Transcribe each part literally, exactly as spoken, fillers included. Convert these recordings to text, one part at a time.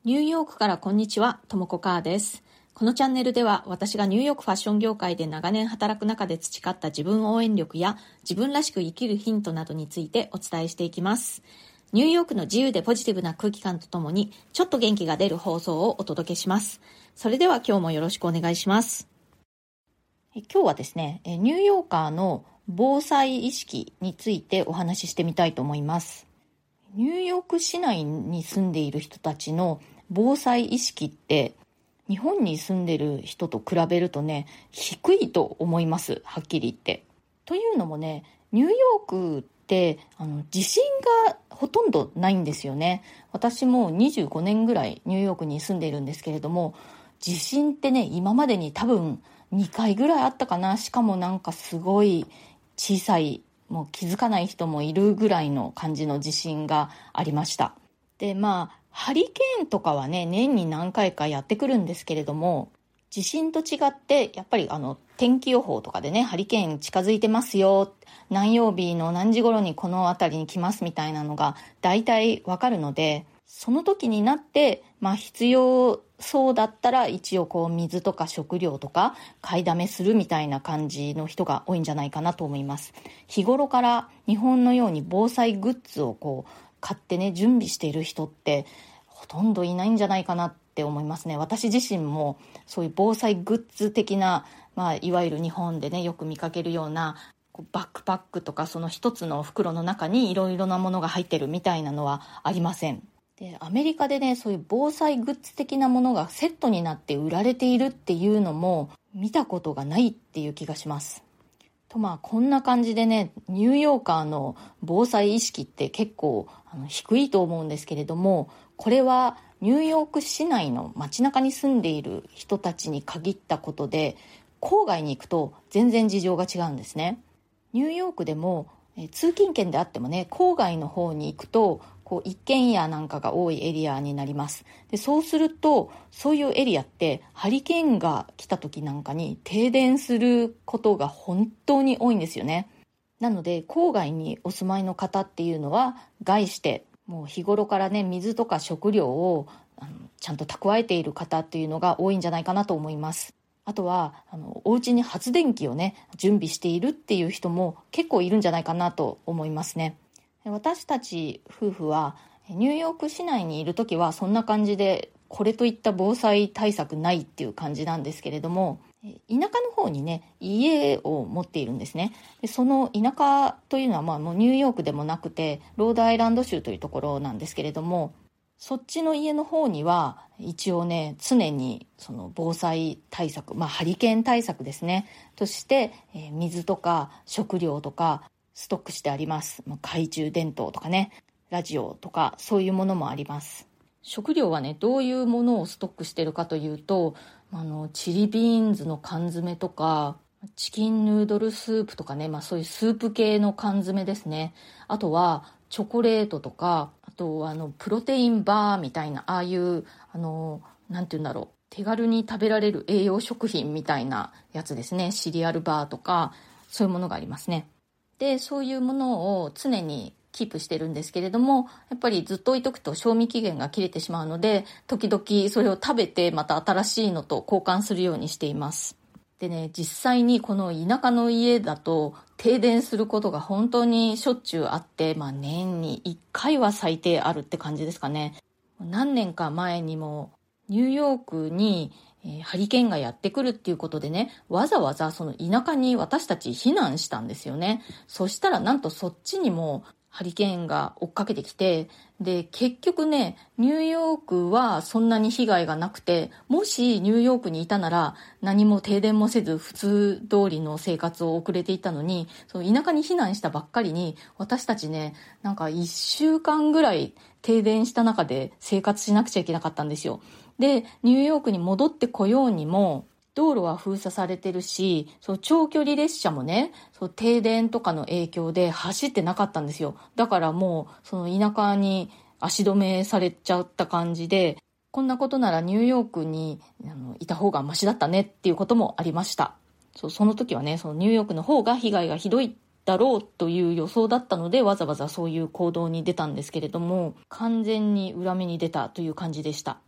ニューヨークからこんにちは、ともこかーです。このチャンネルでは私がニューヨークファッション業界で長年働く中で培った自分応援力や自分らしく生きるヒントなどについてお伝えしていきます。ニューヨークの自由でポジティブな空気感とともにちょっと元気が出る放送をお届けします。それでは今日もよろしくお願いします。え今日はですね、ニューヨーカーの防災意識についてお話ししてみたいと思います。ニューヨーク市内に住んでいる人たちの防災意識って日本に住んでる人と比べるとね、低いと思います。はっきり言って。というのもね、ニューヨークってあの地震がほとんどないんですよね。私もにじゅうごねんぐらいニューヨークに住んでいるんですけれども、地震ってね、今までに多分にかいぐらいあったかな。しかもなんかすごい小さい、もう気づかない人もいるぐらいの感じの地震がありました。で、まあハリケーンとかはね、年に何回かやってくるんですけれども、地震と違ってやっぱりあの天気予報とかでね、ハリケーン近づいてますよ、何曜日の何時頃にこの辺りに来ますみたいなのが大体わかるので、その時になってまあ必要そうだったら一応こう水とか食料とか買いだめするみたいな感じの人が多いんじゃないかなと思います。日頃から日本のように防災グッズをこう買ってね、準備している人ってほとんどいないんじゃないかなって思いますね。私自身もそういう防災グッズ的な、まあ、いわゆる日本でねよく見かけるようなこうバックパックとか、その一つの袋の中にいろいろなものが入ってるみたいなのはありません。で、アメリカでね、そういう防災グッズ的なものがセットになって売られているっていうのも見たことがないっていう気がします。とまあこんな感じでね、ニューヨーカーの防災意識って結構あの低いと思うんですけれども、これはニューヨーク市内の街中に住んでいる人たちに限ったことで、郊外に行くと全然事情が違うんですね。ニューヨークでもえ通勤圏であってもね、郊外の方に行くとこう一軒家なんかが多いエリアになります。で、そうするとそういうエリアってハリケーンが来た時なんかに停電することが本当に多いんですよね。なので郊外にお住まいの方っていうのは概してもう日頃からね、水とか食料をあのちゃんと蓄えている方っていうのが多いんじゃないかなと思います。あとはあのお家に発電機をね準備しているっていう人も結構いるんじゃないかなと思いますね。私たち夫婦はニューヨーク市内にいるときはそんな感じで、これといった防災対策ないっていう感じなんですけれども、田舎の方にね家を持っているんですね。でその田舎というのはまあもうニューヨークでもなくてロードアイランド州というところなんですけれども、そっちの家の方には一応ね常にその防災対策、まあハリケーン対策ですねとして、えー水とか食料とかストックしてあります。懐中電灯とかね、ラジオとかそういうものもあります。食料はねどういうものをストックしてるかというと、あのチリビーンズの缶詰とかチキンヌードルスープとかね、まあ、そういうスープ系の缶詰ですね。あとはチョコレートとか、あとあのプロテインバーみたいな、ああいうあのなんていうんだろう、手軽に食べられる栄養食品みたいなやつですね。シリアルバーとかそういうものがありますね。でそういうものを常にキープしてるんですけれども、やっぱりずっと置いとくと賞味期限が切れてしまうので、時々それを食べてまた新しいのと交換するようにしています。でね、実際にこの田舎の家だと停電することが本当にしょっちゅうあって、まあ年にいっかいは最低あるって感じですかね。何年か前にもニューヨークにえーハリケーンがやってくるっていうことでね、わざわざその田舎に私たち避難したんですよね。そしたらなんとそっちにもハリケーンが追っかけてきて、で結局ねニューヨークはそんなに被害がなくて、もしニューヨークにいたなら何も停電もせず普通通りの生活を送れていたのに、その田舎に避難したばっかりに私たちね、なんかいっしゅうかんぐらい停電した中で生活しなくちゃいけなかったんですよ。でニューヨークに戻ってこようにも道路は封鎖されてるし、そう長距離列車もね、そう停電とかの影響で走ってなかったんですよ。だからもうその田舎に足止めされちゃった感じで、こんなことならニューヨークにあのいた方がマシだったねっていうこともありました。そうその時はね、そのニューヨークの方が被害がひどいだろうという予想だったので、わざわざそういう行動に出たんですけれども、完全に裏目に出たという感じでした。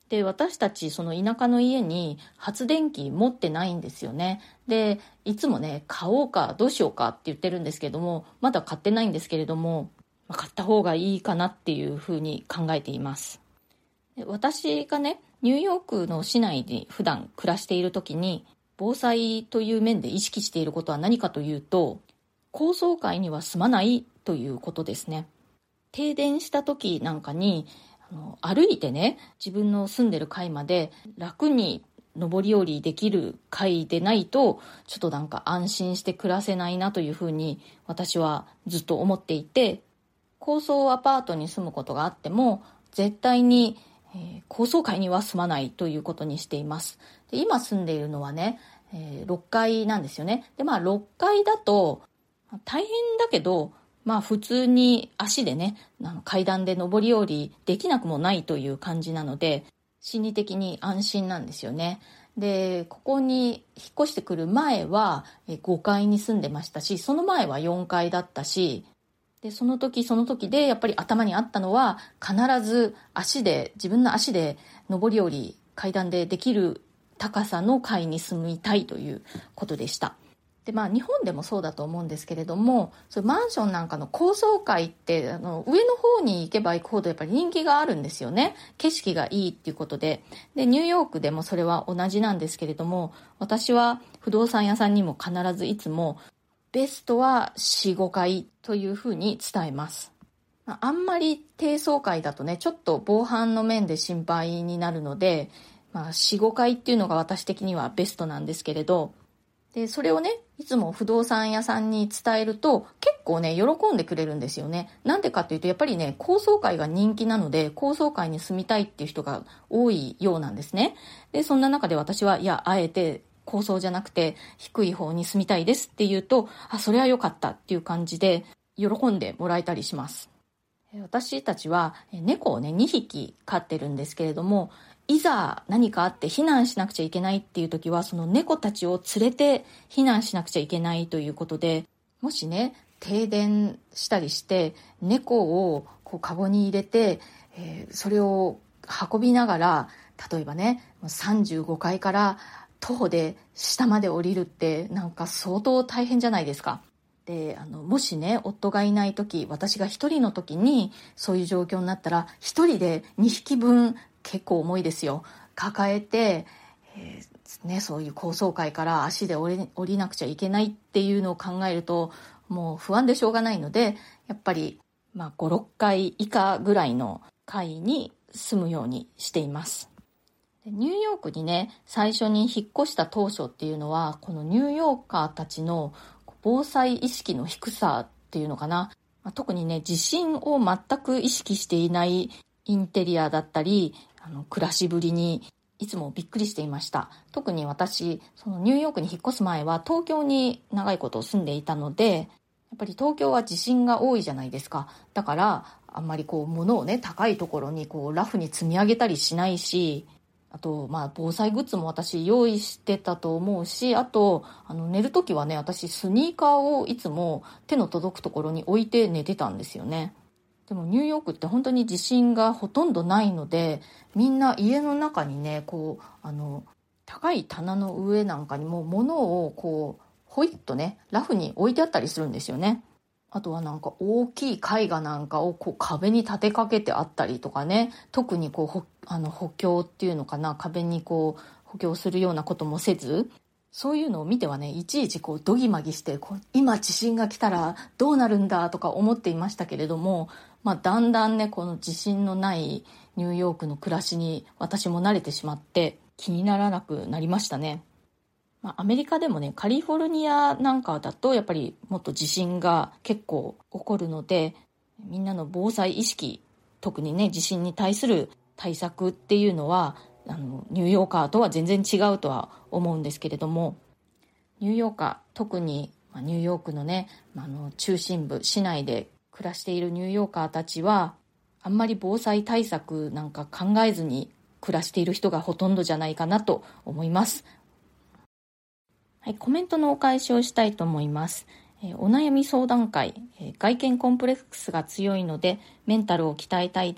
で、私たちその田舎の家に発電機持ってないんですよね。で、いつもね、買おうかどうしようかって言ってるんですけども、まだ買ってないんですけれども、まあ買った方がいいかなっていうふうに考えています。で、私がね、ニューヨークの市内で普段暮らしている時に、防災という面で意識していることは何かというと、高層階には住まないということですね。停電した時なんかにあの歩いてね、自分の住んでる階まで楽に上り下りできる階でないと、ちょっとなんか安心して暮らせないなというふうに私はずっと思っていて、高層アパートに住むことがあっても絶対に、えー高層階には住まないということにしています。で、今住んでいるのはね、えーろっかいなんですよね。で、まあろっかいだと大変だけど、まあ普通に足でね、あの階段で上り下りできなくもないという感じなので、心理的に安心なんですよね。で、ここに引っ越してくる前はえごかいに住んでましたし、その前はよんかいだったし、で、その時その時でやっぱり頭にあったのは、必ず足で、自分の足で上り下り階段でできる高さの階に住みたいということでした。で、まあ日本でもそうだと思うんですけれども、そういうマンションなんかの高層階ってあの上の方に行けば行くほどやっぱり人気があるんですよね。景色がいいっていうことで。で、ニューヨークでもそれは同じなんですけれども、私は不動産屋さんにも必ずいつもベストはよん、ごかいというふうに伝えます。あんまり低層階だとね、ちょっと防犯の面で心配になるので、まあ、よん、ごかいっていうのが私的にはベストなんですけれど、で、それをね、いつも不動産屋さんに伝えると結構ね、喜んでくれるんですよね。なんでかっていうと、やっぱりね、高層階が人気なので、高層階に住みたいっていう人が多いようなんですね。で、そんな中で私は、いや、あえて高層じゃなくて低い方に住みたいですって言うと、あ、それは良かったっていう感じで喜んでもらえたりします。私たちは猫をね、にひき飼ってるんですけれども、いざ何かあって避難しなくちゃいけないっていう時は、その猫たちを連れて避難しなくちゃいけないということで、もしね、停電したりして猫をこうカゴに入れて、えーそれを運びながら、例えばね、さんじゅうごかいから徒歩で下まで降りるってなんか相当大変じゃないですか。で、あのもしね、夫がいない時、私が一人の時にそういう状況になったら、一人でにひきぶん、結構重いですよ、抱えて、えーね、そういう高層階から足で降り、降りなくちゃいけないっていうのを考えると、もう不安でしょうがないので、やっぱり、まあ、ご、ろっかい以下ぐらいの階に住むようにしています。で、ニューヨークにね、最初に引っ越した当初っていうのは、このニューヨーカーたちの防災意識の低さっていうのかな、まあ、特にね、地震を全く意識していないインテリアだったり、あの暮らしぶりにいつもびっくりしていました。特に私、そのニューヨークに引っ越す前は東京に長いこと住んでいたので、やっぱり東京は地震が多いじゃないですか。だからあんまりこう物をね、高いところにこうラフに積み上げたりしないし、あと、まあ、防災グッズも私用意してたと思うし、あと、あの、寝るときはね、私、スニーカーをいつも手の届くところに置いて寝てたんですよね。でも、ニューヨークって本当に地震がほとんどないので、みんな家の中にね、こう、あの、高い棚の上なんかにも物をこう、ほいっとね、ラフに置いてあったりするんですよね。あとはなんか大きい絵画なんかをこう壁に立てかけてあったりとかね、特にこうほあの補強っていうのかな、壁にこう補強するようなこともせず、そういうのを見てはね、いちいちこうドギマギして、こう今地震が来たらどうなるんだとか思っていましたけれども、まあ、だんだんね、この地震のないニューヨークの暮らしに私も慣れてしまって気にならなくなりましたね。まあ、アメリカでもね、カリフォルニアなんかだとやっぱりもっと地震が結構起こるので、みんなの防災意識、特にね、地震に対する対策っていうのはあのニューヨーカーとは全然違うとは思うんですけれども、ニューヨーカー、特にニューヨークのね、あの中心部、市内で暮らしているニューヨーカーたちは、あんまり防災対策なんか考えずに暮らしている人がほとんどじゃないかなと思います。はい、コメントのお返しをしたいと思います。えー、お悩み相談会、えー、外見コンプレックスが強いのでメンタルを鍛えたいです。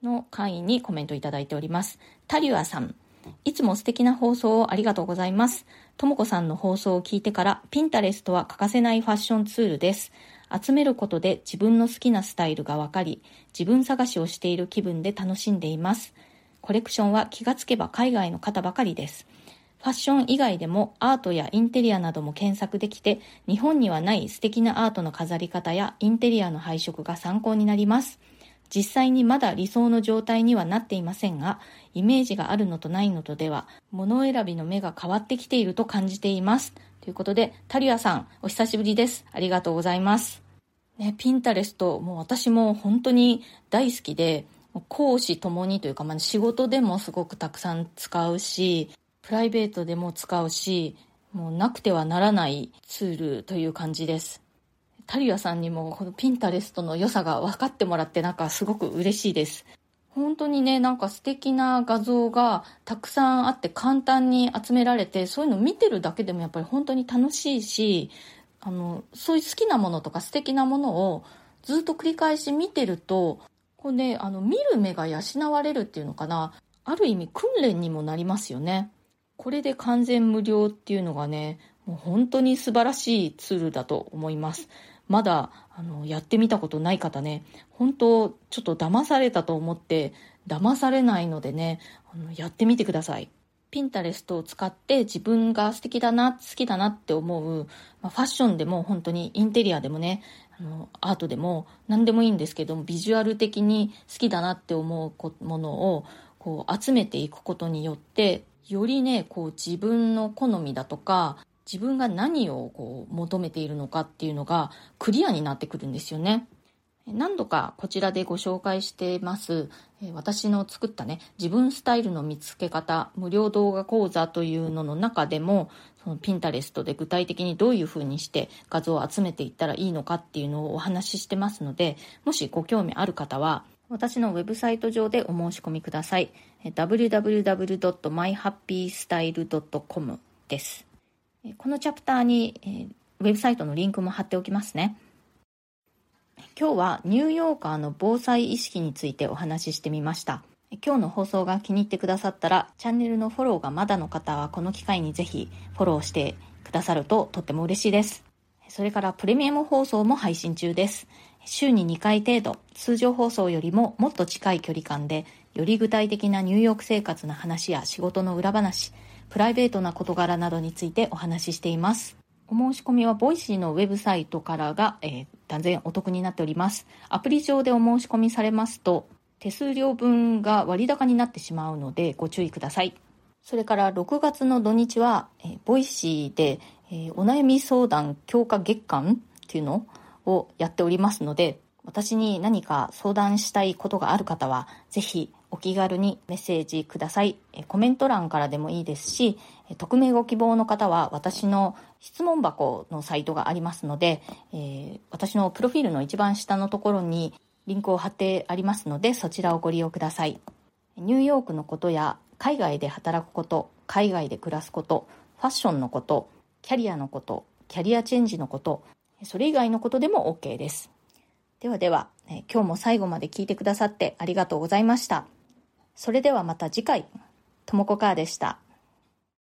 の会にコメントいただいております。タリュアさん、いつも素敵な放送をありがとうございます。ともこさんの放送を聞いてからピンタレストは欠かせないファッションツールです。集めることで自分の好きなスタイルが分かり、自分探しをしている気分で楽しんでいます。コレクションは気がつけば海外の方ばかりです。ファッション以外でもアートやインテリアなども検索できて、日本にはない素敵なアートの飾り方やインテリアの配色が参考になります。実際にまだ理想の状態にはなっていませんが、イメージがあるのとないのとでは、物選びの目が変わってきていると感じています。ということで、タリアさん、お久しぶりです。ありがとうございます。ね、ピンタレスト、もう私も本当に大好きで、講師ともにというか、まあ、仕事でもすごくたくさん使うし、プライベートでも使うし、もうなくてはならないツールという感じです。タリアさんにもこのピンタレストの良さが分かってもらって、なんかすごく嬉しいです。本当にね、なんか素敵な画像がたくさんあって簡単に集められて、そういうの見てるだけでもやっぱり本当に楽しいし、あのそういう好きなものとか素敵なものをずっと繰り返し見てると、これね、あの見る目が養われるっていうのかな、ある意味訓練にもなりますよね。これで完全無料っていうのがね、もう本当に素晴らしいツールだと思います。まだあのやってみたことない方ね、本当ちょっと騙されたと思って騙されないのでね、あのやってみてください。ピンタレストを使って自分が素敵だな、好きだなって思う、まあ、ファッションでも本当にインテリアでもね、あのアートでも何でもいいんですけども、ビジュアル的に好きだなって思うものをこう集めていくことによって、よりね、こう自分の好みだとか、自分が何をこう求めているのかっていうのがクリアになってくるんですよね。何度かこちらでご紹介してます、私の作ったね、自分スタイルの見つけ方無料動画講座というのの中でも、そのピンタレストで具体的にどういうふうにして画像を集めていったらいいのかっていうのをお話ししてますので、もしご興味ある方は私のウェブサイト上でお申し込みください。ダブリューダブリューダブリュードットマイハッピースタイルドットコム です。このチャプターに、えー、ウェブサイトのリンクも貼っておきますね。今日はニューヨーカーの防災意識についてお話ししてみました。今日の放送が気に入ってくださったら、チャンネルのフォローがまだの方はこの機会にぜひフォローしてくださるととっても嬉しいです。それからプレミアム放送も配信中です。週ににかい程度、通常放送よりももっと近い距離感で、より具体的なニューヨーク生活の話や仕事の裏話、プライベートな事柄などについてお話ししています。お申し込みはボイシーのウェブサイトからが、えー、断然お得になっております。アプリ上でお申し込みされますと、手数料分が割高になってしまうのでご注意ください。それからろくがつの土日は、えー、ボイシーで、えー、お悩み相談強化月間っていうのをやっておりますので、私に何か相談したいことがある方はぜひお気軽にメッセージください。コメント欄からでもいいですし、匿名ご希望の方は私の質問箱のサイトがありますので、えー、私のプロフィールの一番下のところにリンクを貼ってありますので、そちらをご利用ください。ニューヨークのことや海外で働くこと、海外で暮らすこと、ファッションのこと、キャリアのこと、キャリアチェンジのこと、それ以外のことでも OK です。ではでは、今日も最後まで聞いてくださってありがとうございました。それではまた次回、ともこかーでした。